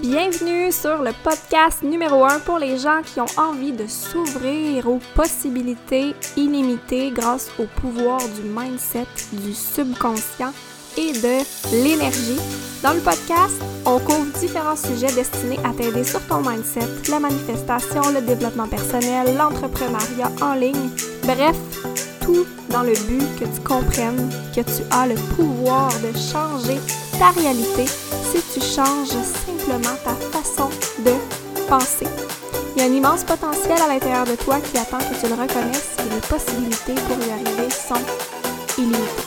Bienvenue sur le podcast numéro 1 pour les gens qui ont envie de s'ouvrir aux possibilités illimitées grâce au pouvoir du mindset, du subconscient et de l'énergie. Dans le podcast, on couvre différents sujets destinés à t'aider sur ton mindset, la manifestation, le développement personnel, l'entrepreneuriat en ligne, bref, tout dans le but que tu comprennes que tu as le pouvoir de changer ta réalité si tu changes simplement ta façon de penser. Il y a un immense potentiel à l'intérieur de toi qui attend que tu le reconnaisses et les possibilités pour y arriver sont illimitées.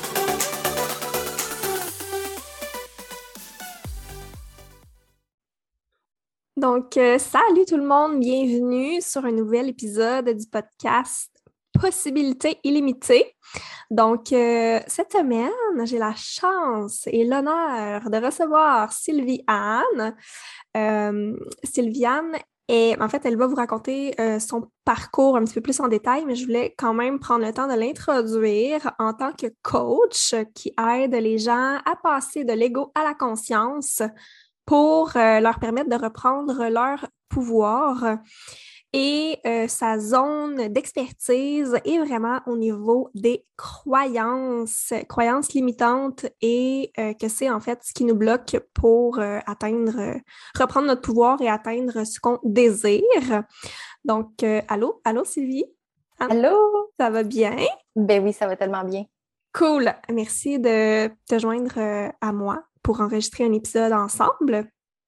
Donc, salut tout le monde, bienvenue sur un nouvel épisode du podcast Possibilités illimitées. Donc, cette semaine, j'ai la chance et l'honneur de recevoir Sylvie-Anne. Sylvie-Anne, elle va vous raconter son parcours un petit peu plus en détail, mais je voulais quand même prendre le temps de l'introduire en tant que coach qui aide les gens à passer de l'ego à la conscience pour leur permettre de reprendre leur pouvoir. Et sa zone d'expertise est vraiment au niveau des croyances limitantes et que c'est en fait ce qui nous bloque pour reprendre notre pouvoir et atteindre ce qu'on désire. Donc, allô Sylvie? Allô? Ça va bien? Ben oui, ça va tellement bien. Cool! Merci de te joindre à moi pour enregistrer un épisode ensemble.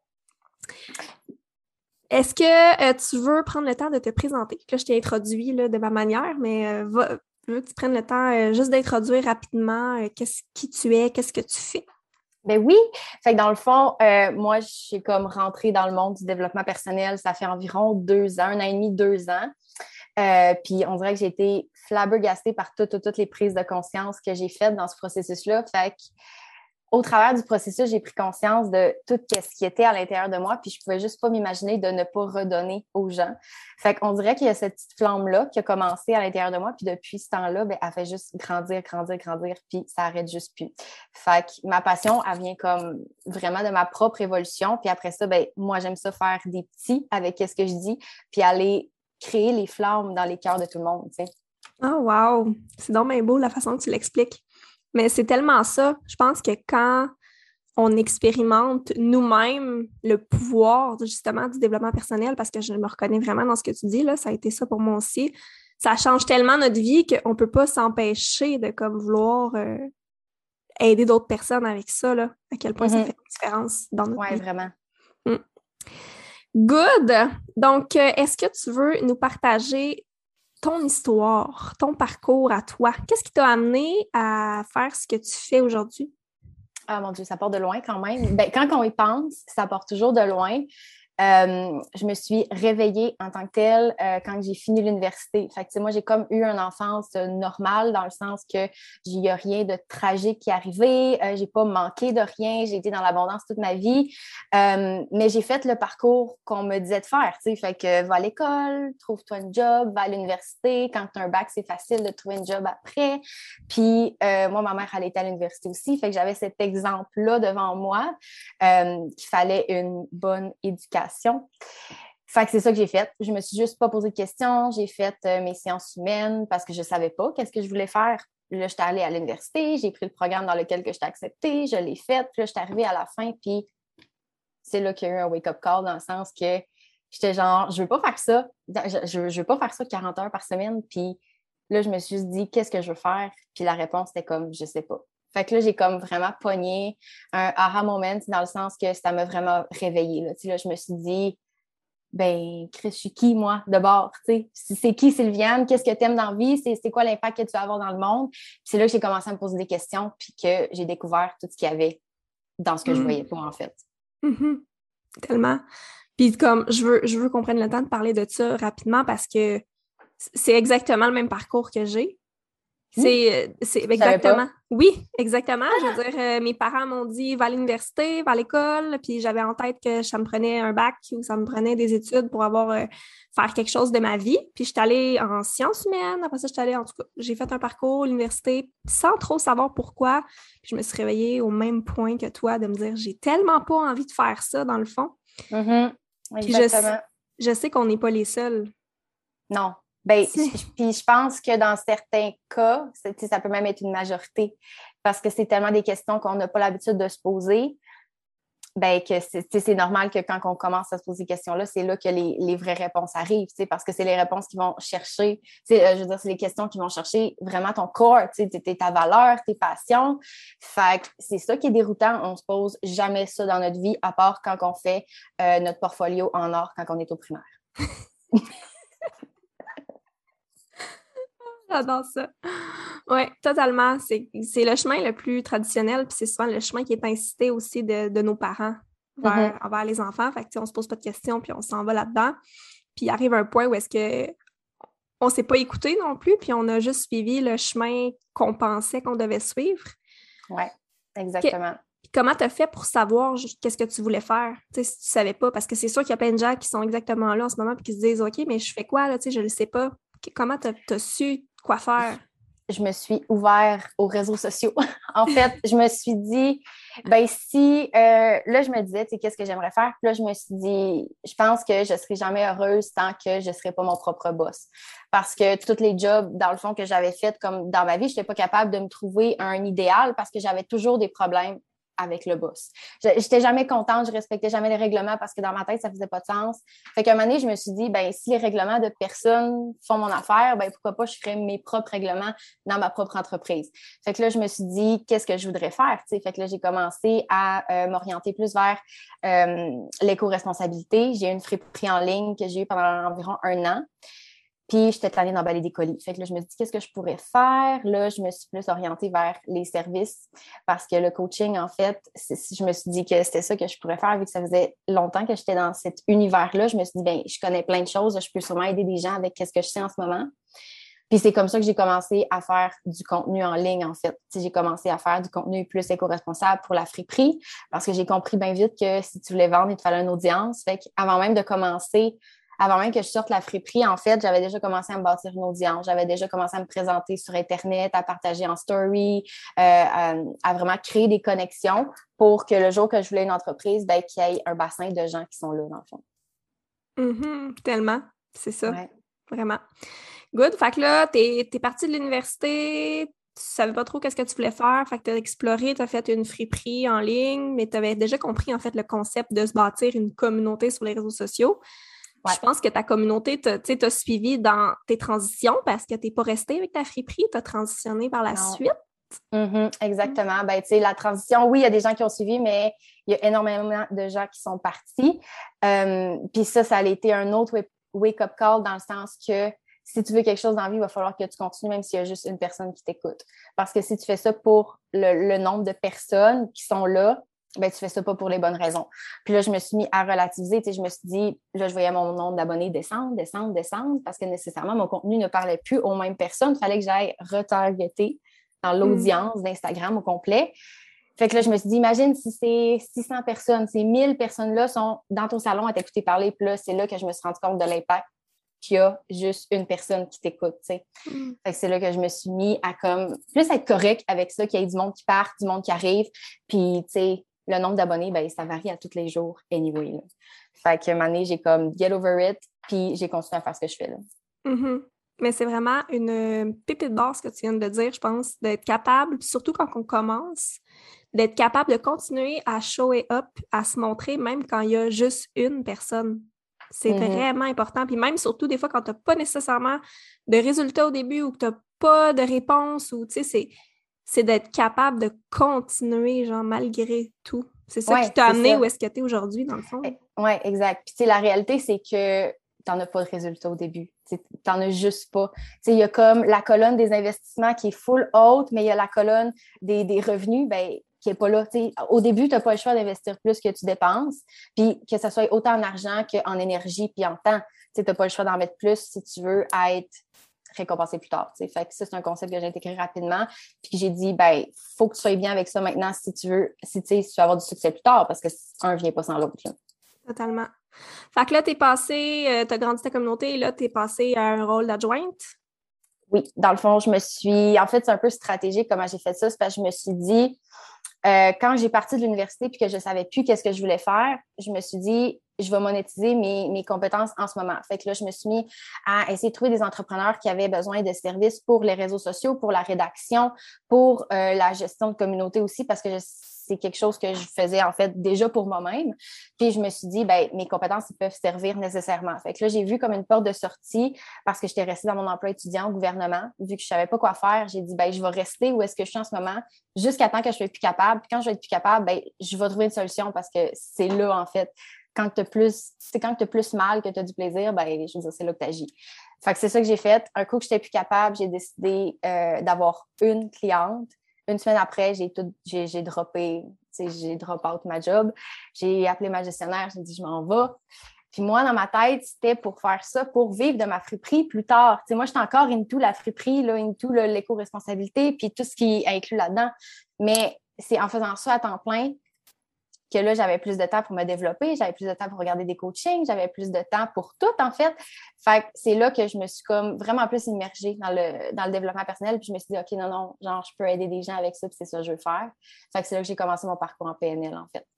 Est-ce que tu veux prendre le temps de te présenter? Là, je t'ai introduit là, de ma manière, mais veux que tu prennes le temps juste d'introduire rapidement qui tu es, qu'est-ce que tu fais? Ben oui, fait que dans le fond, moi, je suis comme rentrée dans le monde du développement personnel, ça fait environ 2 ans, 1 an et demi, 2 ans. Puis on dirait que j'ai été flabbergastée par toutes les prises de conscience que j'ai faites dans ce processus-là. Fait que au travers du processus, j'ai pris conscience de tout ce qui était à l'intérieur de moi, puis je pouvais juste pas m'imaginer de ne pas redonner aux gens. Fait qu'on dirait qu'il y a cette petite flamme-là qui a commencé à l'intérieur de moi, puis depuis ce temps-là, elle fait juste grandir, puis ça arrête juste plus. Fait que ma passion, elle vient comme vraiment de ma propre évolution, puis après ça, moi, j'aime ça faire des petits avec ce que je dis, puis aller créer les flammes dans les cœurs de tout le monde, tu sais. Oh wow! C'est donc bien beau la façon que tu l'expliques. Mais c'est tellement ça. Je pense que quand on expérimente nous-mêmes le pouvoir justement du développement personnel, parce que je me reconnais vraiment dans ce que tu dis, là, ça a été ça pour moi aussi. Ça change tellement notre vie qu'on ne peut pas s'empêcher de comme vouloir aider d'autres personnes avec ça, là, à quel point ça fait une différence dans notre vie. Oui, vraiment. Good! Donc, est-ce que tu veux nous partager ton histoire, ton parcours à toi? Qu'est-ce qui t'a amené à faire ce que tu fais aujourd'hui? Ah mon Dieu, ça part de loin quand même. Quand on y pense, ça part toujours de loin. Je me suis réveillée en tant que telle quand j'ai fini l'université. Fait que, moi, j'ai comme eu une enfance normale dans le sens que il n'y a rien de tragique qui est arrivé. J'ai pas manqué de rien. J'ai été dans l'abondance toute ma vie. Mais j'ai fait le parcours qu'on me disait de faire. T'sais. Fait que va à l'école, trouve-toi un job, va à l'université. Quand tu as un bac, c'est facile de trouver un job après. Puis moi, ma mère, elle était à l'université aussi. Fait que j'avais cet exemple-là devant moi qu'il fallait une bonne éducation. Fait que c'est ça que j'ai fait. Je me suis juste pas posé de questions. J'ai fait mes sciences humaines parce que je savais pas qu'est-ce que je voulais faire. Là, j'étais allée à l'université, j'ai pris le programme dans lequel que j'étais acceptée, je l'ai fait, puis là, j'étais arrivée à la fin, puis c'est là qu'il y a eu un wake-up call dans le sens que j'étais genre, je veux pas faire ça. Je veux pas faire ça 40 heures par semaine, puis là, je me suis dit, qu'est-ce que je veux faire? Puis la réponse était comme, je sais pas. Fait que là, j'ai comme vraiment pogné un aha moment dans le sens que ça m'a vraiment réveillée. Là, là je me suis dit, Chris, je suis qui, moi, de bord? C'est qui, Sylviane? Qu'est-ce que tu aimes dans la vie? C'est quoi l'impact que tu vas avoir dans le monde? Puis c'est là que j'ai commencé à me poser des questions puis que j'ai découvert tout ce qu'il y avait dans ce que je voyais pas, en fait. Tellement. Puis comme, je veux qu'on prenne le temps de parler de ça rapidement parce que c'est exactement le même parcours que j'ai. C'est exactement. Oui, exactement. Je veux dire, mes parents m'ont dit va à l'université, va à l'école, puis j'avais en tête que ça me prenait un bac ou ça me prenait des études pour faire quelque chose de ma vie. Puis j'étais allée en sciences humaines. Après ça, en tout cas, j'ai fait un parcours à l'université sans trop savoir pourquoi. Puis je me suis réveillée au même point que toi de me dire j'ai tellement pas envie de faire ça dans le fond. Mm-hmm. Puis je sais qu'on n'est pas les seuls. Non. Ben, puis je pense que dans certains cas, ça peut même être une majorité parce que c'est tellement des questions qu'on n'a pas l'habitude de se poser. Ben, que c'est normal que quand on commence à se poser ces questions-là, c'est là que les vraies réponses arrivent, parce que c'est les réponses qui vont chercher, je veux dire, c'est les questions qui vont chercher vraiment ton corps, ta valeur, tes passions. Fait que c'est ça qui est déroutant. On se pose jamais ça dans notre vie, à part quand on fait notre portfolio en or quand on est au primaire. J'adore ça. Oui, totalement. C'est le chemin le plus traditionnel, puis c'est souvent le chemin qui est incité aussi de nos parents envers les enfants. Fait que, on se pose pas de questions, puis on s'en va là-dedans. Puis il arrive un point où est-ce que on s'est pas écouté non plus, puis on a juste suivi le chemin qu'on pensait qu'on devait suivre. Oui, exactement. Puis comment tu as fait pour savoir qu'est-ce que tu voulais faire? Tu sais, si tu savais pas, parce que c'est sûr qu'il y a plein de gens qui sont exactement là en ce moment, puis qui se disent « OK, mais je fais quoi, là? Tu sais, je le sais pas. » Comment tu as su quoi faire? Je me suis ouvert aux réseaux sociaux. En fait, je me suis dit, ben si, là, je me disais, tu sais, qu'est-ce que j'aimerais faire? Puis là, je me suis dit, je pense que je ne serai jamais heureuse tant que je ne serai pas mon propre boss. Parce que tous les jobs, dans le fond, que j'avais fait, comme dans ma vie, je n'étais pas capable de me trouver un idéal parce que j'avais toujours des problèmes avec le boss. J'étais jamais contente, je respectais jamais les règlements parce que dans ma tête, ça faisait pas de sens. Fait qu'à un moment donné, je me suis dit, ben si les règlements de personne font mon affaire, ben pourquoi pas je ferais mes propres règlements dans ma propre entreprise. Fait que là, je me suis dit, qu'est-ce que je voudrais faire, tu sais. Fait que là, j'ai commencé à m'orienter plus vers l'éco-responsabilité. J'ai eu une friperie en ligne que j'ai eu pendant environ 1 an. Puis, j'étais tannée d'emballer des colis. Fait que là, je me dis, qu'est-ce que je pourrais faire? Là, je me suis plus orientée vers les services parce que le coaching, en fait, je me suis dit que c'était ça que je pourrais faire vu que ça faisait longtemps que j'étais dans cet univers-là. Je me suis dit, ben, je connais plein de choses. Je peux sûrement aider des gens avec ce que je sais en ce moment. Puis, c'est comme ça que j'ai commencé à faire du contenu en ligne, en fait. T'sais, j'ai commencé à faire du contenu plus éco-responsable pour la friperie parce que j'ai compris bien vite que si tu voulais vendre, il te fallait une audience. Fait qu'avant même de commencer avant même que je sorte la friperie, en fait, j'avais déjà commencé à me bâtir une audience. J'avais déjà commencé à me présenter sur Internet, à partager en story, à vraiment créer des connexions pour que le jour que je voulais une entreprise, ben, qu'il y ait un bassin de gens qui sont là, dans le fond. Tellement. C'est ça. Ouais. Vraiment. Good. Fait que là, t'es partie de l'université, tu savais pas trop qu'est-ce que tu voulais faire, fait que t'as exploré, t'as fait une friperie en ligne, mais t'avais déjà compris, en fait, le concept de se bâtir une communauté sur les réseaux sociaux. Ouais. Je pense que ta communauté t'a suivi dans tes transitions parce que tu n'es pas restée avec ta friperie, tu as transitionné par la suite. Exactement. Ben, tu sais, la transition, oui, il y a des gens qui ont suivi, mais il y a énormément de gens qui sont partis. Puis ça a été un autre wake-up call dans le sens que si tu veux quelque chose dans la vie, il va falloir que tu continues même s'il y a juste une personne qui t'écoute. Parce que si tu fais ça pour le nombre de personnes qui sont là, ben tu fais ça pas pour les bonnes raisons. Puis là, je me suis mis à relativiser. Tu sais, je me suis dit, là, je voyais mon nombre d'abonnés descendre, parce que nécessairement, mon contenu ne parlait plus aux mêmes personnes. Il fallait que j'aille retargeter dans l'audience d'Instagram au complet. Fait que là, je me suis dit, imagine si c'est 600 personnes, ces 1000 personnes-là sont dans ton salon à t'écouter parler. Puis là, c'est là que je me suis rendu compte de l'impact qu'il y a juste une personne qui t'écoute, tu sais. Fait que c'est là que je me suis mis à comme plus être correct avec ça, qu'il y ait du monde qui part, du monde qui arrive. Puis, tu sais, le nombre d'abonnés, ben ça varie à tous les jours anyway. Là. Fait que un moment donné, j'ai comme get over it, puis j'ai continué à faire ce que je fais là. Mais c'est vraiment une pépite d'or ce que tu viens de dire, je pense, d'être capable, surtout quand on commence, d'être capable de continuer à show up, à se montrer même quand il y a juste une personne. C'est vraiment important. Puis même surtout des fois quand tu n'as pas nécessairement de résultats au début ou que tu n'as pas de réponse ou tu sais, c'est d'être capable de continuer, genre, malgré tout. C'est ça qui t'a amené où est-ce que tu es aujourd'hui, dans le fond. Oui, exact. Puis, tu sais, la réalité, c'est que tu n'en as pas de résultat au début. Tu n'en as juste pas. Tu sais, il y a comme la colonne des investissements qui est full haute, mais il y a la colonne des revenus, ben qui n'est pas là. Tu sais, au début, tu n'as pas le choix d'investir plus que tu dépenses, puis que ça soit autant en argent qu'en énergie puis en temps. Tu n'as pas le choix d'en mettre plus si tu veux être récompensé plus tard. T'sais. Fait que ça, c'est un concept que j'ai intégré rapidement. Puis j'ai dit, ben, faut que tu sois bien avec ça maintenant si tu veux avoir du succès plus tard, parce que un vient pas sans l'autre. Là. Totalement. Fait que là, t'es passé, t'as grandi ta communauté et là, t'es passé à un rôle d'adjointe? Oui, dans le fond, en fait, c'est un peu stratégique comment j'ai fait ça. C'est parce que je me suis dit, Quand j'ai parti de l'université puis que je savais plus qu'est-ce que je voulais faire, je me suis dit, je vais monétiser mes compétences en ce moment. Fait que là, je me suis mis à essayer de trouver des entrepreneurs qui avaient besoin de services pour les réseaux sociaux, pour la rédaction, pour la gestion de communauté aussi, parce que c'est quelque chose que je faisais en fait déjà pour moi-même. Puis je me suis dit, ben mes compétences, ils peuvent servir nécessairement. Fait que là, j'ai vu comme une porte de sortie parce que j'étais restée dans mon emploi étudiant au gouvernement. Vu que je savais pas quoi faire, j'ai dit, ben je vais rester où est-ce que je suis en ce moment jusqu'à temps que je sois plus capable. Puis quand je vais être plus capable, ben je vais trouver une solution parce que c'est là, en fait, quand tu as plus mal que tu as du plaisir, ben je veux dire, c'est là que tu agis. Fait que c'est ça que j'ai fait. Un coup que j'étais plus capable, j'ai décidé d'avoir une cliente. Une semaine après, j'ai droppé, j'ai drop out ma job. J'ai appelé ma gestionnaire, j'ai dit je m'en vais. Puis moi, dans ma tête, c'était pour faire ça, pour vivre de ma friperie plus tard. Moi, j'étais encore into la friperie, là, into l'éco-responsabilité, puis tout ce qui est inclus là-dedans. Mais c'est en faisant ça à temps plein que là, j'avais plus de temps pour me développer, j'avais plus de temps pour regarder des coachings, j'avais plus de temps pour tout, en fait. Fait que c'est là que je me suis comme vraiment plus immergée dans le développement personnel, puis je me suis dit, OK, non, genre, je peux aider des gens avec ça, puis c'est ça que je veux faire. Fait que c'est là que j'ai commencé mon parcours en PNL, en fait.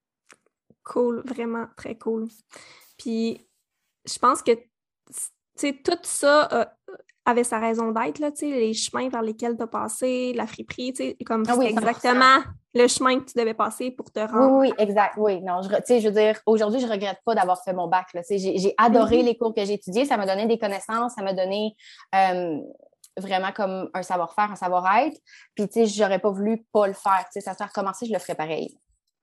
Cool, vraiment très cool. Puis, je pense que, tu sais, tout ça avait sa raison d'être, là, tu sais, les chemins vers lesquels tu as passé, la friperie, tu sais, comme c'était exactement le chemin que tu devais passer pour te rendre. Oui, exact. Oui, non, tu sais, je veux dire, aujourd'hui, je regrette pas d'avoir fait mon bac, là. Tu sais, j'ai adoré les cours que j'ai étudiés. Ça m'a donné des connaissances, ça m'a donné vraiment comme un savoir-faire, un savoir-être. Puis, tu sais, j'aurais pas voulu pas le faire. Tu sais, ça s'est recommencé, je le ferais pareil.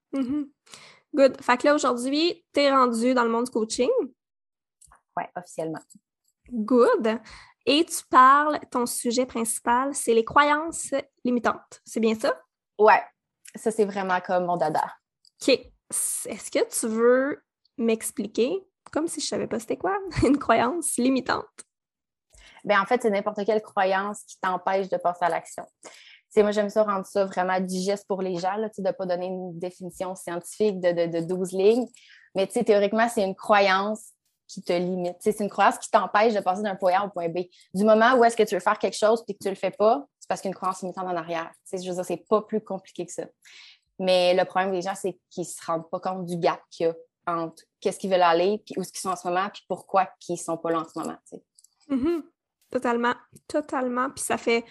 Good. Fait que là, aujourd'hui, tu es rendu dans le monde du coaching. Oui, officiellement. Good. Et tu parles, ton sujet principal, c'est les croyances limitantes. C'est bien ça? Ouais, ça, c'est vraiment comme mon dada. OK. Est-ce que tu veux m'expliquer, comme si je savais pas c'était quoi, une croyance limitante? Ben en fait, c'est n'importe quelle croyance qui t'empêche de passer à l'action. Tu sais, moi, j'aime ça rendre ça vraiment digeste pour les gens, là, tu sais, de ne pas donner une définition scientifique de 12 lignes. Mais tu sais, théoriquement, c'est une croyance qui te limite. Tu sais, c'est une croyance qui t'empêche de passer d'un point A au point B. Du moment où est-ce que tu veux faire quelque chose et que tu le fais pas, c'est parce qu'il y a une croyance limitante en arrière. Tu sais, je veux dire, c'est pas plus compliqué que ça. Mais le problème des gens, c'est qu'ils se rendent pas compte du gap qu'il y a entre qu'est-ce qu'ils veulent aller, puis où est-ce qu'ils sont en ce moment, puis pourquoi ils sont pas là en ce moment, tu sais. Totalement, totalement. Puis ça fait,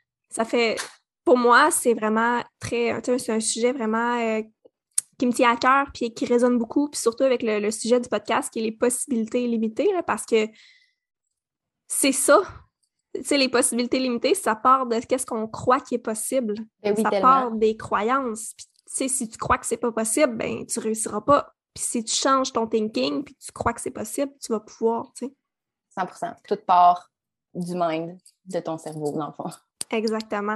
pour moi, c'est vraiment c'est un sujet vraiment qui me tient à cœur puis qui résonne beaucoup, puis surtout avec le sujet du podcast qui est les possibilités limitées, là, parce que c'est ça. Tu sais, les possibilités limitées, ça part de qu'est-ce qu'on croit qui est possible. Ben oui, ça tellement. part des croyances. Puis, tu sais, si tu crois que c'est pas possible, ben tu réussiras pas. Puis si tu changes ton thinking puis tu crois que c'est possible, tu vas pouvoir, tu sais. 100%. Tout part du mind, de ton cerveau, dans le fond. Exactement.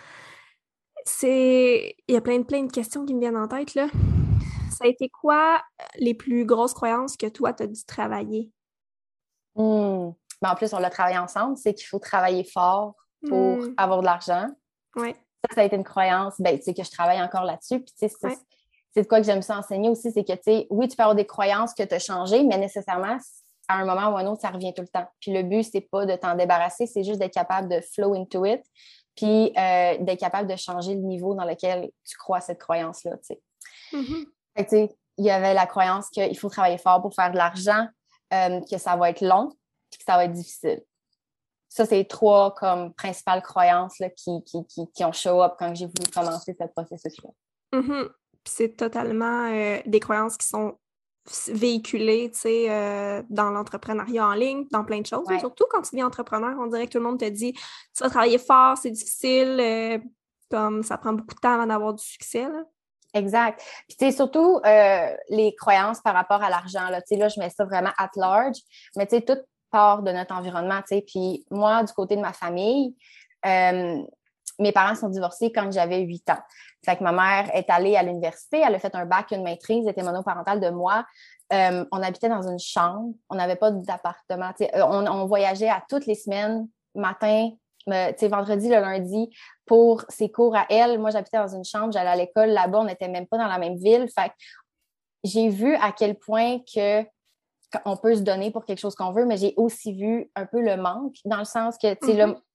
Il y a plein de questions qui me viennent en tête, là. Ça a été quoi les plus grosses croyances que toi, tu as dû travailler? Ben, en plus, on l'a travaillé ensemble, c'est qu'il faut travailler fort pour avoir de l'argent. Ouais. Ça a été une croyance, ben, tu sais, que je travaille encore là-dessus. Puis, tu sais, c'est de quoi que j'aime ça enseigner aussi, c'est que, tu sais, oui, tu peux avoir des croyances que tu as changées, mais nécessairement, à un moment ou un autre, ça revient tout le temps. Puis le but, c'est pas de t'en débarrasser, c'est juste d'être capable de flow into it, puis d'être capable de changer le niveau dans lequel tu crois cette croyance-là, tu sais. Fait que, tu sais, il y avait la croyance qu'il faut travailler fort pour faire de l'argent, que ça va être long, puis que ça va être difficile. Ça, c'est les trois comme principales croyances là, qui ont show up quand j'ai voulu commencer ce processus-là. Puis c'est totalement des croyances qui sont véhiculées, tu sais, dans l'entrepreneuriat en ligne, dans plein de choses. Ouais. Surtout quand tu deviens entrepreneur, on dirait que tout le monde te dit « Tu vas travailler fort, c'est difficile, comme ça prend beaucoup de temps avant d'avoir du succès. » Exact. Puis, tu sais, surtout les croyances par rapport à l'argent. Là, tu sais, là, je mets ça vraiment at large. Mais, tu sais, tout part de notre environnement, tu sais. Puis, moi, du côté de ma famille, mes parents sont divorcés quand j'avais 8 ans. Fait que ma mère est allée à l'université, elle a fait un bac, une maîtrise, elle était monoparentale de moi. On habitait dans une chambre, on n'avait pas d'appartement. Tu sais, on voyageait à toutes les semaines, matin, tu sais, vendredi, le lundi, pour ses cours à elle. Moi, j'habitais dans une chambre, j'allais à l'école là-bas, on n'était même pas dans la même ville. Fait que j'ai vu à quel point que on peut se donner pour quelque chose qu'on veut, mais j'ai aussi vu un peu le manque, dans le sens que, tu sais, là,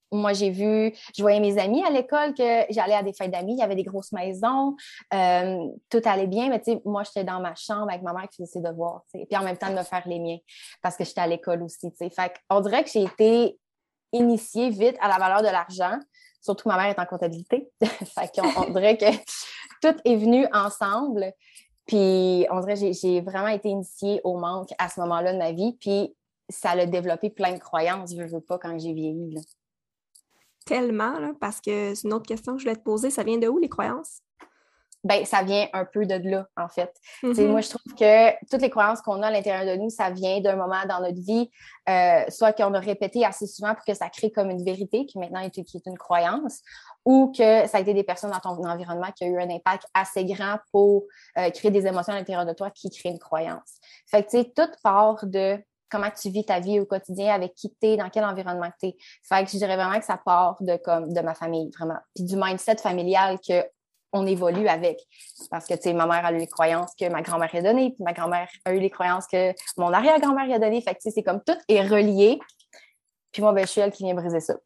moi, je voyais mes amis à l'école, que j'allais à des fêtes d'amis, il y avait des grosses maisons, tout allait bien, mais tu sais, moi, j'étais dans ma chambre avec ma mère qui faisait ses devoirs, tu sais, puis en même temps de me faire les miens, parce que j'étais à l'école aussi, tu sais. Fait qu'on dirait que j'ai été initiée vite à la valeur de l'argent, surtout ma mère est en comptabilité. Fait qu'on dirait que tout est venu ensemble, puis on dirait que j'ai vraiment été initiée au manque à ce moment-là de ma vie, puis ça a développé plein de croyances, je veux pas, quand j'ai vieilli, là. Tellement, là, parce que c'est une autre question que je voulais te poser. Ça vient de où, les croyances? Ben, ça vient un peu de là, en fait. Mm-hmm. Moi, je trouve que toutes les croyances qu'on a à l'intérieur de nous, ça vient d'un moment dans notre vie, soit qu'on a répété assez souvent pour que ça crée comme une vérité, qui maintenant qui est une croyance, ou que ça a été des personnes dans ton environnement qui ont eu un impact assez grand pour créer des émotions à l'intérieur de toi qui créent une croyance. Fait que, tu sais, toute part de comment tu vis ta vie au quotidien, avec qui tu es, dans quel environnement tu es. Fait que je dirais vraiment que ça part de ma famille, vraiment. Puis du mindset familial qu'on évolue avec. Parce que, tu sais, ma mère a eu les croyances que ma grand-mère a données, puis ma grand-mère a eu les croyances que mon arrière-grand-mère a données. Fait que, tu sais, c'est comme tout est relié. Puis moi, ben, je suis elle qui vient briser ça.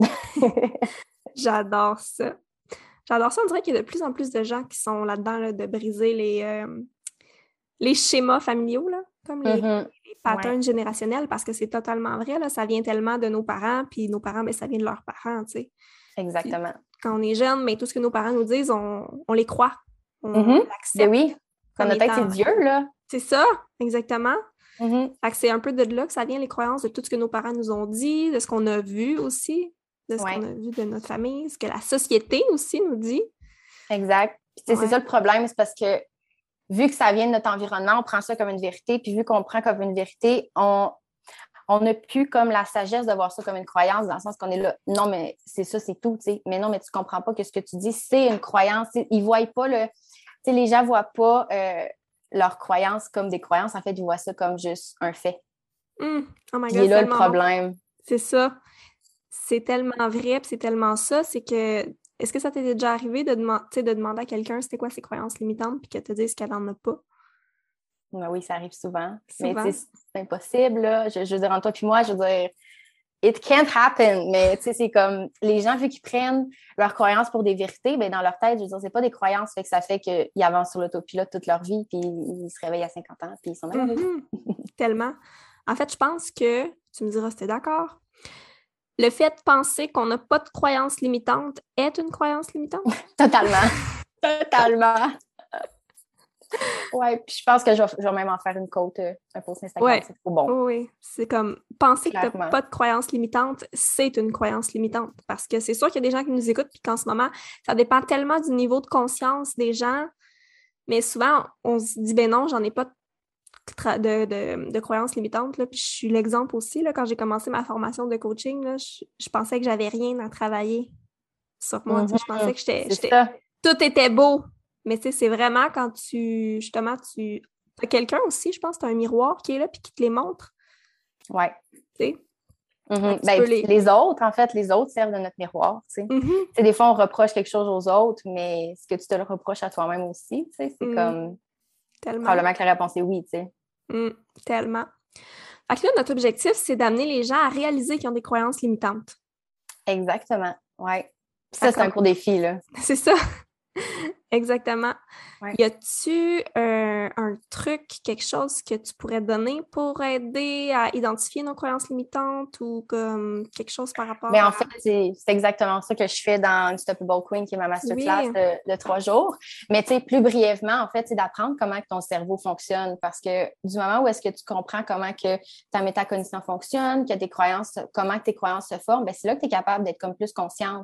J'adore ça. J'adore ça. On dirait qu'il y a de plus en plus de gens qui sont là-dedans, là, de briser les schémas familiaux, là, comme les patterns générationnels, parce que c'est totalement vrai, là, ça vient tellement de nos parents, puis nos parents, ben, ça vient de leurs parents, tu sais. Exactement. Puis, quand on est jeune, mais tout ce que nos parents nous disent, on les croit. On l'accepte. Ben oui, dans notre tête, c'est Dieu, là. C'est ça, exactement. Fait que c'est un peu de là que ça vient, les croyances, de tout ce que nos parents nous ont dit, de ce qu'on a vu aussi, de ce qu'on a vu de notre famille, ce que la société aussi nous dit. Exact. Puis, c'est ça le problème, c'est parce que vu que ça vient de notre environnement, on prend ça comme une vérité, puis vu qu'on prend comme une vérité, on n'a plus comme la sagesse de voir ça comme une croyance, dans le sens qu'on est là, non, mais c'est ça, c'est tout, tu sais. Mais non, mais tu comprends pas que ce que tu dis, c'est une croyance. T'sais, ils voient pas tu sais, les gens voient pas leurs croyances comme des croyances. En fait, ils voient ça comme juste un fait. Oh my God, il est là le problème. C'est ça. C'est tellement vrai, puis c'est tellement ça, c'est que est-ce que ça t'est déjà arrivé de demander à quelqu'un c'était quoi ses croyances limitantes puis qu'elle te dise qu'elle n'en a pas? Ben oui, ça arrive souvent. Mais c'est impossible, là. Je veux dire, entre toi et moi, je veux dire, it can't happen. Mais tu sais, c'est comme les gens, vu qu'ils prennent leurs croyances pour des vérités, ben dans leur tête, je veux dire, c'est pas des croyances, fait que ça fait qu'ils avancent sur l'autopilote toute leur vie, puis ils se réveillent à 50 ans, puis ils sont malheureux. Tellement. En fait, je pense que, tu me diras si t'es d'accord, le fait de penser qu'on n'a pas de croyance limitante est une croyance limitante? Totalement. Totalement. Ouais, puis je pense que je vais même en faire une quote, un post Instagram, c'est trop bon. Oui, c'est comme penser que tu n'as pas de croyance limitante, c'est une croyance limitante. Parce que c'est sûr qu'il y a des gens qui nous écoutent, puis qu'en ce moment, ça dépend tellement du niveau de conscience des gens, mais souvent, on se dit, ben non, j'en ai pas de croyances limitantes. Là. Puis je suis l'exemple aussi, là, quand j'ai commencé ma formation de coaching, là, je pensais que j'avais rien à travailler sur moi. Je pensais que tout était beau. Mais tu sais, c'est vraiment quand tu as quelqu'un aussi, je pense, tu as un miroir qui est là puis qui te les montre. Oui. Tu sais? Les autres, en fait, les autres servent de notre miroir, tu sais. Des fois, on reproche quelque chose aux autres, mais est-ce que tu te le reproches à toi-même aussi, tu sais? C'est comme... Tellement. Probablement que la réponse est oui, tu sais. Tellement. Fait que là, notre objectif, c'est d'amener les gens à réaliser qu'ils ont des croyances limitantes. Exactement, oui. Ça, c'est un gros défi, là. C'est ça. Exactement. Ouais. Y a-tu un truc, quelque chose que tu pourrais donner pour aider à identifier nos croyances limitantes ou comme quelque chose par rapport en fait, c'est exactement ça que je fais dans Unstoppable Queen, qui est ma masterclass de 3 jours. Mais tu sais, plus brièvement, en fait, c'est d'apprendre comment que ton cerveau fonctionne, parce que du moment où est-ce que tu comprends comment que ta métacognition fonctionne, que tes croyances, comment que tes croyances se forment, ben c'est là que tu es capable d'être comme plus consciente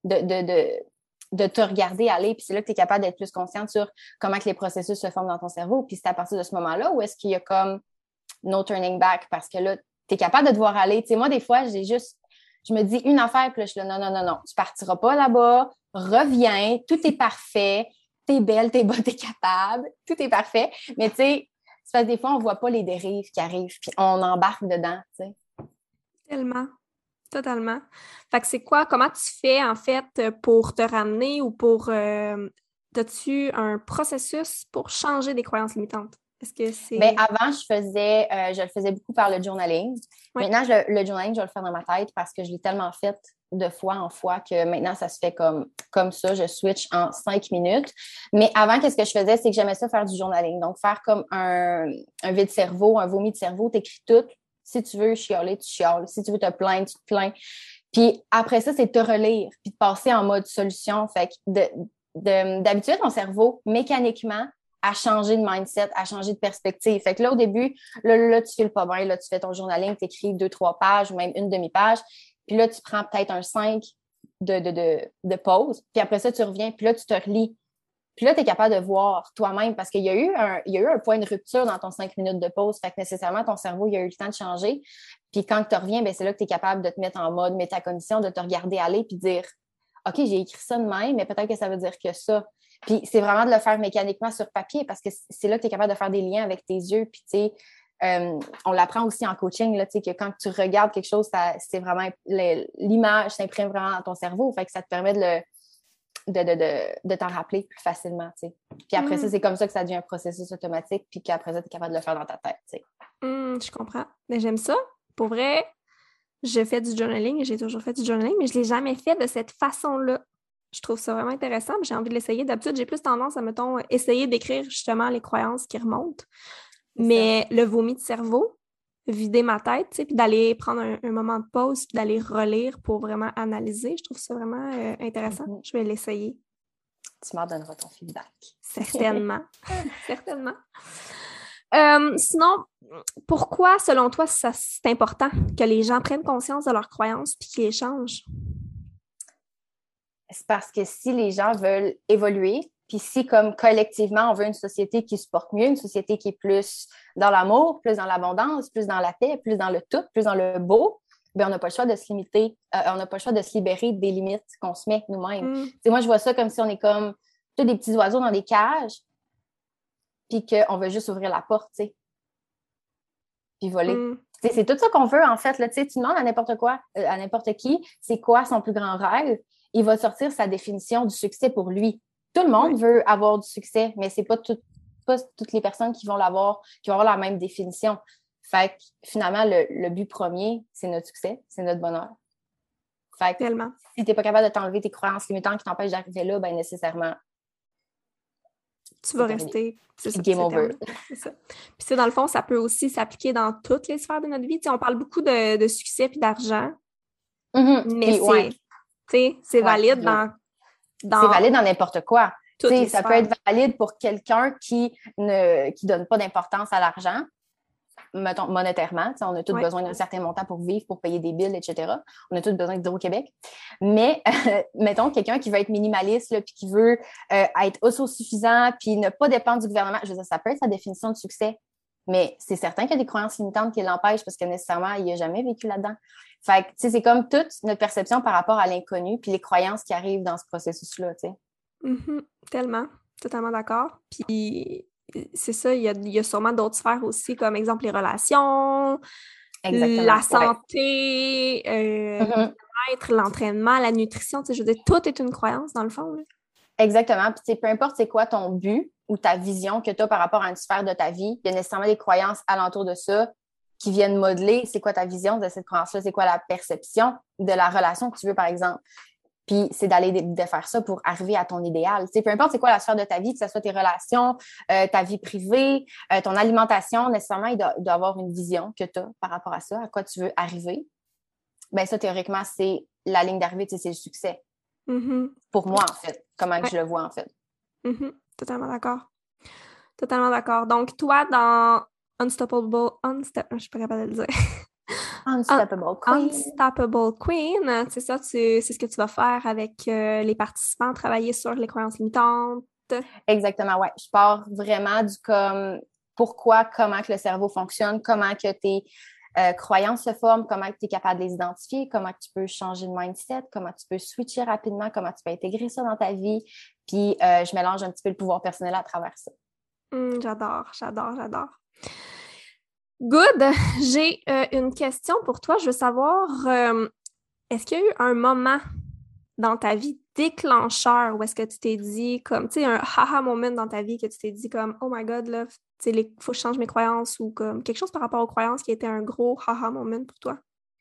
de te regarder aller, puis c'est là que tu es capable d'être plus consciente sur comment que les processus se forment dans ton cerveau. Puis c'est à partir de ce moment-là où est-ce qu'il y a comme no turning back, parce que là, tu es capable de te voir aller. Tu sais, moi, des fois, je me dis une affaire, puis là, je suis là, non, tu partiras pas là-bas, reviens, tout est parfait, t'es belle, t'es bonne, t'es capable, tout est parfait. Mais tu sais, c'est parce que des fois, on voit pas les dérives qui arrivent, puis on embarque dedans, tu sais. Tellement. Totalement. Fait que c'est quoi, comment tu fais en fait pour te ramener ou pour as-tu un processus pour changer des croyances limitantes? Est-ce que c'est... avant, je le faisais beaucoup par le journaling. Oui. Maintenant, le journaling, je vais le faire dans ma tête parce que je l'ai tellement fait de fois en fois que maintenant, ça se fait comme ça. Je switch en 5 minutes. Mais avant, qu'est-ce que je faisais? C'est que j'aimais ça faire du journaling. Donc, faire comme un vide-cerveau, un vomi de cerveau. Tu écris tout. Si tu veux chialer, tu chiales. Si tu veux te plaindre, tu te plains. Puis après ça, c'est de te relire puis de passer en mode solution. Fait que d'habituer ton cerveau mécaniquement à changer de mindset, à changer de perspective. Fait que là, au début, là tu files pas bien. Là, tu fais ton journaling, tu écris 2-3 pages ou même une demi-page. Puis là, tu prends peut-être un 5 de pause. Puis après ça, tu reviens. Puis là, tu te relis. Puis là, tu es capable de voir toi-même parce qu'il y a eu un point de rupture dans ton 5 minutes de pause. Fait que nécessairement, ton cerveau, il a eu le temps de changer. Puis quand tu reviens, ben c'est là que tu es capable de te mettre en mode métacognition, de te regarder aller puis dire OK, j'ai écrit ça de même, mais peut-être que ça veut dire que ça. Puis c'est vraiment de le faire mécaniquement sur papier parce que c'est là que tu es capable de faire des liens avec tes yeux. Puis tu sais, on l'apprend aussi en coaching, là, que quand tu regardes quelque chose, c'est vraiment l'image s'imprime vraiment dans ton cerveau. Fait que ça te permet de t'en rappeler plus facilement. T'sais. Puis après ça, c'est comme ça que ça devient un processus automatique, puis qu'après ça, tu es capable de le faire dans ta tête. Je comprends. Mais j'aime ça. Pour vrai, je fais du journaling, j'ai toujours fait du journaling, mais je ne l'ai jamais fait de cette façon-là. Je trouve ça vraiment intéressant, j'ai envie de l'essayer. D'habitude, j'ai plus tendance à, mettons, essayer d'écrire justement les croyances qui remontent. Mais le vomi de cerveau, vider ma tête, tu sais, puis d'aller prendre un moment de pause, puis d'aller relire pour vraiment analyser, je trouve ça vraiment intéressant. Je vais l'essayer. Tu m'en donneras ton feedback. Certainement. Certainement. Sinon, pourquoi, selon toi, c'est important que les gens prennent conscience de leurs croyances puis qu'ils les changent? C'est parce que si les gens veulent évoluer, puis si, comme collectivement, on veut une société qui se porte mieux, une société qui est plus dans l'amour, plus dans l'abondance, plus dans la paix, plus dans le tout, plus dans le beau, bien, on n'a pas le choix de se limiter, on n'a pas le choix de se libérer des limites qu'on se met nous-mêmes. Moi, je vois ça comme si on est comme tous des petits oiseaux dans des cages, puis qu'on veut juste ouvrir la porte, tu sais, puis voler. C'est tout ça qu'on veut, en fait. Là, tu demandes à n'importe quoi, à n'importe qui, c'est quoi son plus grand rêve, il va sortir sa définition du succès pour lui. Tout le monde veut avoir du succès, mais c'est pas toutes les personnes qui vont avoir la même définition. Fait que finalement, le but premier, c'est notre succès, c'est notre bonheur. Fait que si t'es pas capable de t'enlever tes croyances limitantes qui t'empêchent d'arriver là, ben nécessairement, tu vas rester. C'est game over. C'est ça. Puis dans le fond, ça peut aussi s'appliquer dans toutes les sphères de notre vie. On parle beaucoup de succès et d'argent, mais c'est valide dans... C'est valide dans n'importe quoi. Ça peut être valide pour quelqu'un qui donne pas d'importance à l'argent, mettons, monétairement. On a tous besoin d'un certain montant pour vivre, pour payer des billes, etc. On a tous besoin de d'Hydro-Québec. Mais, mettons, quelqu'un qui veut être minimaliste, puis qui veut être autosuffisant, puis ne pas dépendre du gouvernement, je veux dire, ça peut être sa définition de succès. Mais c'est certain qu'il y a des croyances limitantes qui l'empêchent parce que nécessairement, il n'a jamais vécu là-dedans. Fait que, c'est comme toute notre perception par rapport à l'inconnu puis les croyances qui arrivent dans ce processus-là, tu sais. Tellement. Totalement d'accord. Puis, c'est ça, il y a sûrement d'autres sphères aussi, comme exemple les relations, la santé, le l'entraînement, la nutrition. Je veux dire, tout est une croyance dans le fond. Là. Exactement. Puis, peu importe c'est quoi ton but ou ta vision que tu as par rapport à une sphère de ta vie, il y a nécessairement des croyances alentour de ça qui viennent modeler c'est quoi ta vision de cette croyance-là, c'est quoi la perception de la relation que tu veux, par exemple. Puis c'est d'aller de faire ça pour arriver à ton idéal. Peu importe c'est quoi la sphère de ta vie, que ce soit tes relations, ta vie privée, ton alimentation, nécessairement, il doit avoir une vision que tu as par rapport à ça, à quoi tu veux arriver. Bien, ça, théoriquement, c'est la ligne d'arrivée, c'est le succès. Pour moi, en fait. Comment que je le vois, en fait. Totalement d'accord. Totalement d'accord. Donc, toi, dans Unstoppable... je suis pas capable de le dire. Unstoppable Queen. Unstoppable Queen, c'est ça, c'est ce que tu vas faire avec les participants, travailler sur les croyances limitantes. Exactement, ouais. Je pars vraiment du comme pourquoi, comment que le cerveau fonctionne, comment que tes croyances se forment, comment tu es capable de les identifier, comment tu peux changer de mindset, comment tu peux switcher rapidement, comment tu peux intégrer ça dans ta vie. Puis, je mélange un petit peu le pouvoir personnel à travers ça. J'adore. Good. J'ai une question pour toi. Je veux savoir, est-ce qu'il y a eu un moment dans ta vie déclencheur où est-ce que tu t'es dit comme, tu sais, un haha moment dans ta vie que tu t'es dit comme, oh my God, là, tu sais, faut que je change mes croyances ou comme quelque chose par rapport aux croyances qui a été un gros haha moment pour toi?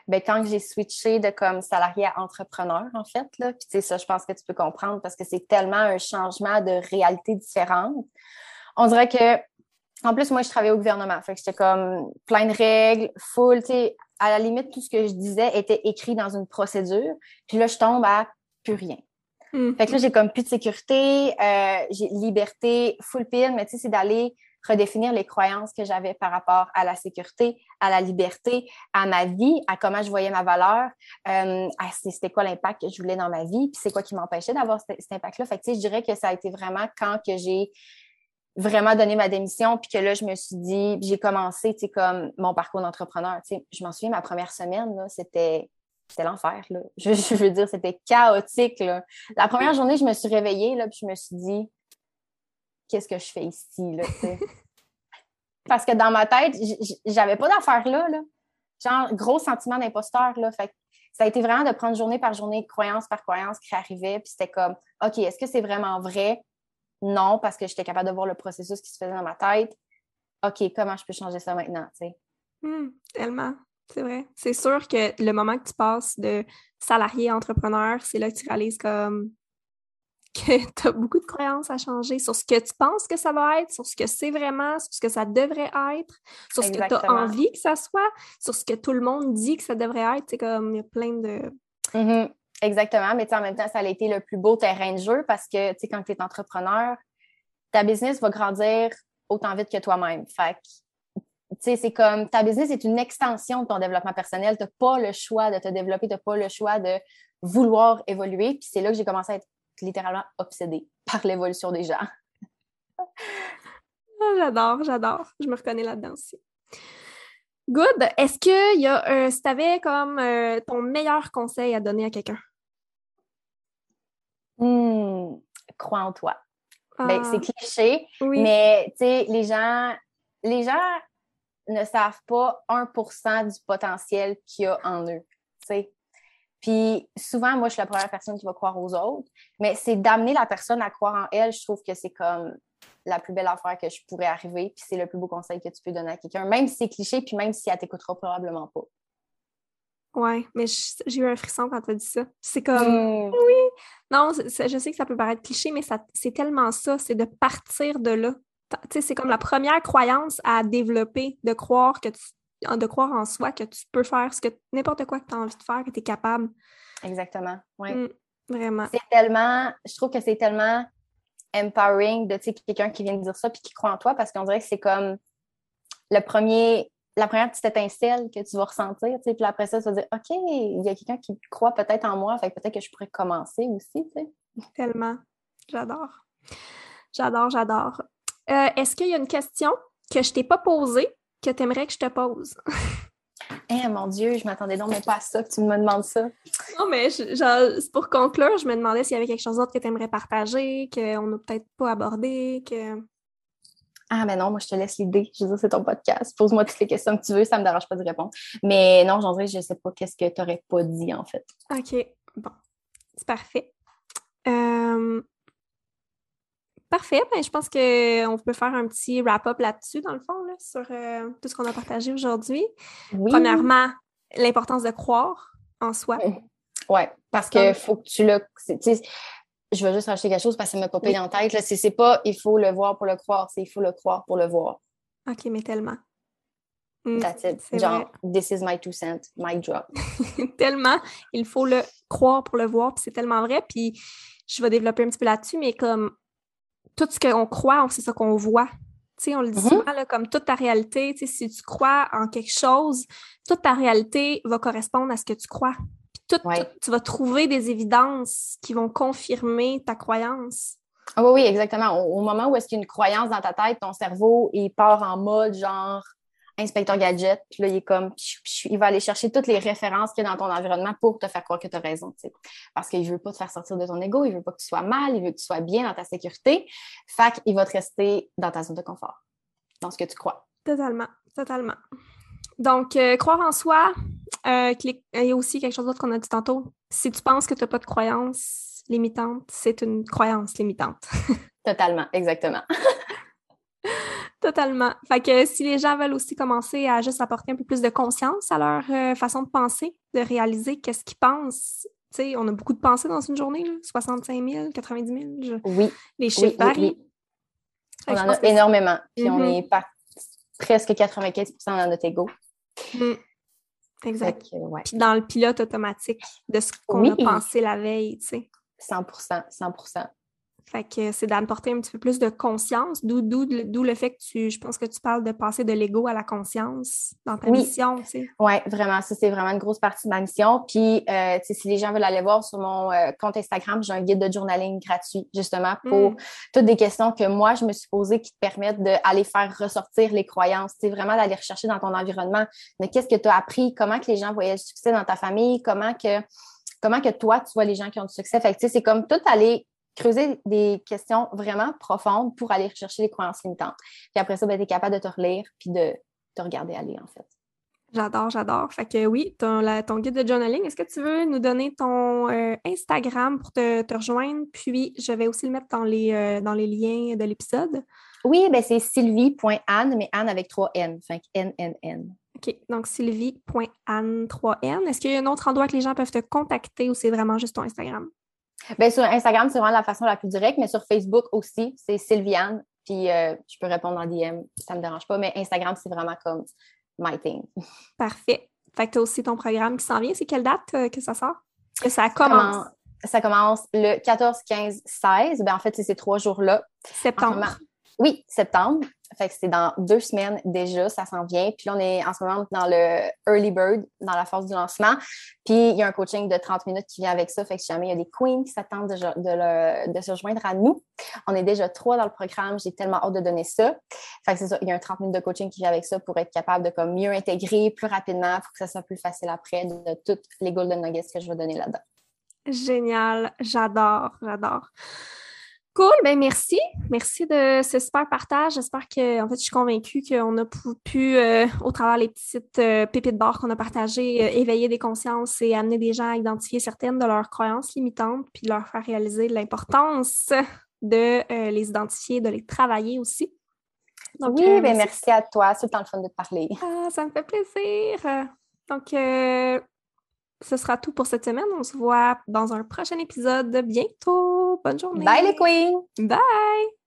ben, quand j'ai switché de comme salarié à entrepreneur, en fait, là, puis tu sais, ça, je pense que tu peux comprendre parce que c'est tellement un changement de réalité différente. On dirait que, en plus, moi, je travaillais au gouvernement. Fait que j'étais comme plein de règles, full, tu sais, à la limite, tout ce que je disais était écrit dans une procédure. Puis là, je tombe à plus rien. Fait que là, j'ai comme plus de sécurité, j'ai liberté, full pile, mais tu sais, c'est d'aller redéfinir les croyances que j'avais par rapport à la sécurité, à la liberté, à ma vie, à comment je voyais ma valeur, à c'était quoi l'impact que je voulais dans ma vie, puis c'est quoi qui m'empêchait d'avoir cet impact-là. Fait que tu sais, je dirais que ça a été vraiment quand que j'ai vraiment donné ma démission, puis que là, je me suis dit, j'ai commencé, tu sais, comme mon parcours d'entrepreneur. Tu sais, je m'en souviens, ma première semaine, là, c'était l'enfer, là. Je veux dire, c'était chaotique, là. La première journée, je me suis réveillée, là, puis je me suis dit, qu'est-ce que je fais ici, là, tu sais? Parce que dans ma tête, j'avais pas d'affaires là, là. Genre, gros sentiment d'imposteur, là. Fait que ça a été vraiment de prendre journée par journée, croyance par croyance qui arrivait, puis c'était comme, OK, est-ce que c'est vraiment vrai? Non, parce que j'étais capable de voir le processus qui se faisait dans ma tête. OK, comment je peux changer ça maintenant, tu sais? Tellement, c'est vrai. C'est sûr que le moment que tu passes de salarié à entrepreneur, c'est là que tu réalises comme que tu as beaucoup de croyances à changer sur ce que tu penses que ça va être, sur ce que c'est vraiment, sur ce que ça devrait être, sur ce que tu as envie que ça soit, sur ce que tout le monde dit que ça devrait être. C'est comme, il y a plein de... Mm-hmm. Exactement, mais en même temps, ça a été le plus beau terrain de jeu parce que, tu sais, quand tu es entrepreneur, ta business va grandir autant vite que toi-même. Fait que, tu sais, c'est comme, ta business est une extension de ton développement personnel. Tu n'as pas le choix de te développer, tu n'as pas le choix de vouloir évoluer. Puis c'est là que j'ai commencé à être littéralement obsédée par l'évolution des gens. J'adore. Je me reconnais là-dedans aussi. Good. Est-ce qu'il y a, si tu avais comme ton meilleur conseil à donner à quelqu'un? Crois en toi. Ben, c'est cliché, oui. mais tu sais, les gens ne savent pas 1% du potentiel qu'il y a en eux. T'sais. Puis souvent, moi, je suis la première personne qui va croire aux autres, mais c'est d'amener la personne à croire en elle, je trouve que c'est comme la plus belle affaire que je pourrais arriver, puis c'est le plus beau conseil que tu peux donner à quelqu'un, même si c'est cliché, puis même si elle t'écoutera probablement pas. Ouais, mais j'ai eu un frisson quand tu as dit ça. C'est comme, oui. Non, je sais que ça peut paraître cliché, mais c'est tellement ça, c'est de partir de là. Tu sais, c'est comme la première croyance à développer, de croire en soi, que tu peux faire n'importe quoi que tu as envie de faire, que tu es capable. Exactement, oui. Vraiment. Je trouve que c'est tellement empowering de, tu sais, quelqu'un qui vient de dire ça puis qui croit en toi parce qu'on dirait que c'est comme la première petite étincelle que tu vas ressentir, tu sais, puis après ça, tu vas dire, OK, il y a quelqu'un qui croit peut-être en moi, fait que peut-être que je pourrais commencer aussi, tu sais. Tellement. J'adore. Est-ce qu'il y a une question que je t'ai pas posée que tu aimerais que je te pose? Mon Dieu, je m'attendais donc même pas à ça, que tu me demandes ça. Non, mais c'est pour conclure, je me demandais s'il y avait quelque chose d'autre que tu aimerais partager, qu'on n'a peut-être pas abordé, que... Ah, mais non, moi, je te laisse l'idée. Je veux dire, c'est ton podcast. Pose-moi toutes les questions que tu veux, ça me dérange pas de répondre. Mais non, j'en dirais, je sais pas qu'est-ce que tu n'aurais pas dit, en fait. OK, bon. C'est parfait. Parfait, ben, je pense qu'on peut faire un petit wrap-up là-dessus, dans le fond, là, sur tout ce qu'on a partagé aujourd'hui. Oui. Premièrement, l'importance de croire en soi. Oui, parce que faut que tu le... Je vais juste rajouter quelque chose parce que ça m'a popé dans la tête. Là. C'est pas « il faut le voir pour le croire », c'est « il faut le croire pour le voir ». OK, mais tellement. That's it. Genre, vrai. This is my 2 cents, mic drop. Tellement. Il faut le croire pour le voir, puis c'est tellement vrai. Puis je vais développer un petit peu là-dessus, mais comme tout ce qu'on croit, c'est ça qu'on voit. Tu sais, on le dit souvent, là, comme toute ta réalité, tu sais, si tu crois en quelque chose, toute ta réalité va correspondre à ce que tu crois. Puis tu vas trouver des évidences qui vont confirmer ta croyance. Ah oui, exactement. Au moment où est-ce qu'il y a une croyance dans ta tête, ton cerveau, il part en mode genre Inspecteur Gadget, puis là, il est comme, il va aller chercher toutes les références qu'il y a dans ton environnement pour te faire croire que tu as raison, tu sais. Parce qu'il ne veut pas te faire sortir de ton ego, il ne veut pas que tu sois mal, il veut que tu sois bien dans ta sécurité. Fait qu'il va te rester dans ta zone de confort, dans ce que tu crois. Totalement. Donc, croire en soi, il y a aussi quelque chose d'autre qu'on a dit tantôt. Si tu penses que tu n'as pas de croyance limitante, c'est une croyance limitante. Totalement, exactement. Totalement. Fait que si les gens veulent aussi commencer à juste apporter un peu plus de conscience à leur façon de penser, de réaliser qu'est-ce qu'ils pensent. Tu sais, on a beaucoup de pensées dans une journée, là, 65 000, 90 000. Oui, les chiffres varient. oui. On en a énormément. Puis on est presque 95% dans notre ego. Exact. Puis dans le pilote automatique de ce qu'on a pensé la veille, tu sais. 100%. Fait que c'est d'apporter un petit peu plus de conscience, d'où le fait que je pense que tu parles de passer de l'ego à la conscience dans ta mission, tu sais. Oui, vraiment, ça c'est vraiment une grosse partie de ma mission. Puis, tu sais, si les gens veulent aller voir sur mon compte Instagram, j'ai un guide de journaling gratuit, justement, pour toutes des questions que moi, je me suis posées qui te permettent d'aller faire ressortir les croyances, tu sais, vraiment d'aller rechercher dans ton environnement, mais qu'est-ce que tu as appris, comment que les gens voyaient le succès dans ta famille, comment que toi, tu vois les gens qui ont du succès. Fait que, tu sais, c'est comme tout aller creuser des questions vraiment profondes pour aller rechercher les croyances limitantes. Puis après ça, ben, tu es capable de te relire puis de te regarder aller, en fait. J'adore. Fait que oui, ton guide de journaling, est-ce que tu veux nous donner ton Instagram pour te rejoindre? Puis, je vais aussi le mettre dans les liens de l'épisode. Oui, ben c'est sylvie.anne, mais Anne avec 3 N, fait N. OK, donc sylvie.anne 3N. Est-ce qu'il y a un autre endroit que les gens peuvent te contacter ou c'est vraiment juste ton Instagram? Bien, sur Instagram, c'est vraiment la façon la plus directe, mais sur Facebook aussi, c'est Sylviane. Puis je peux répondre en DM, ça ne me dérange pas, mais Instagram, c'est vraiment comme my thing. Parfait. Fait que tu as aussi ton programme qui s'en vient. C'est quelle date que ça sort? Que ça commence? Ça commence le 14, 15, 16. Ben, en fait, c'est ces 3 jours-là. Septembre. Oui, septembre. Fait que c'est dans 2 semaines déjà, ça s'en vient. Puis là, on est en ce moment dans le early bird, dans la phase du lancement. Puis il y a un coaching de 30 minutes qui vient avec ça. Fait que si jamais il y a des queens qui s'attendent de se joindre à nous, on est déjà 3 dans le programme. J'ai tellement hâte de donner ça. Fait que c'est ça, il y a un 30 minutes de coaching qui vient avec ça pour être capable de comme mieux intégrer plus rapidement pour que ça soit plus facile après de toutes les golden nuggets que je vais donner là-dedans. Génial. J'adore. Cool, ben merci. Merci de ce super partage. J'espère que, en fait, je suis convaincue qu'on a pu, au travers les petites pépites d'or qu'on a partagées, éveiller des consciences et amener des gens à identifier certaines de leurs croyances limitantes, puis leur faire réaliser l'importance de les identifier, de les travailler aussi. Donc, oui, ben merci à toi. C'est tout le temps le fun de te parler. Ah, ça me fait plaisir. Donc, ce sera tout pour cette semaine. On se voit dans un prochain épisode bientôt. Bonne journée. Bye les queens! Bye!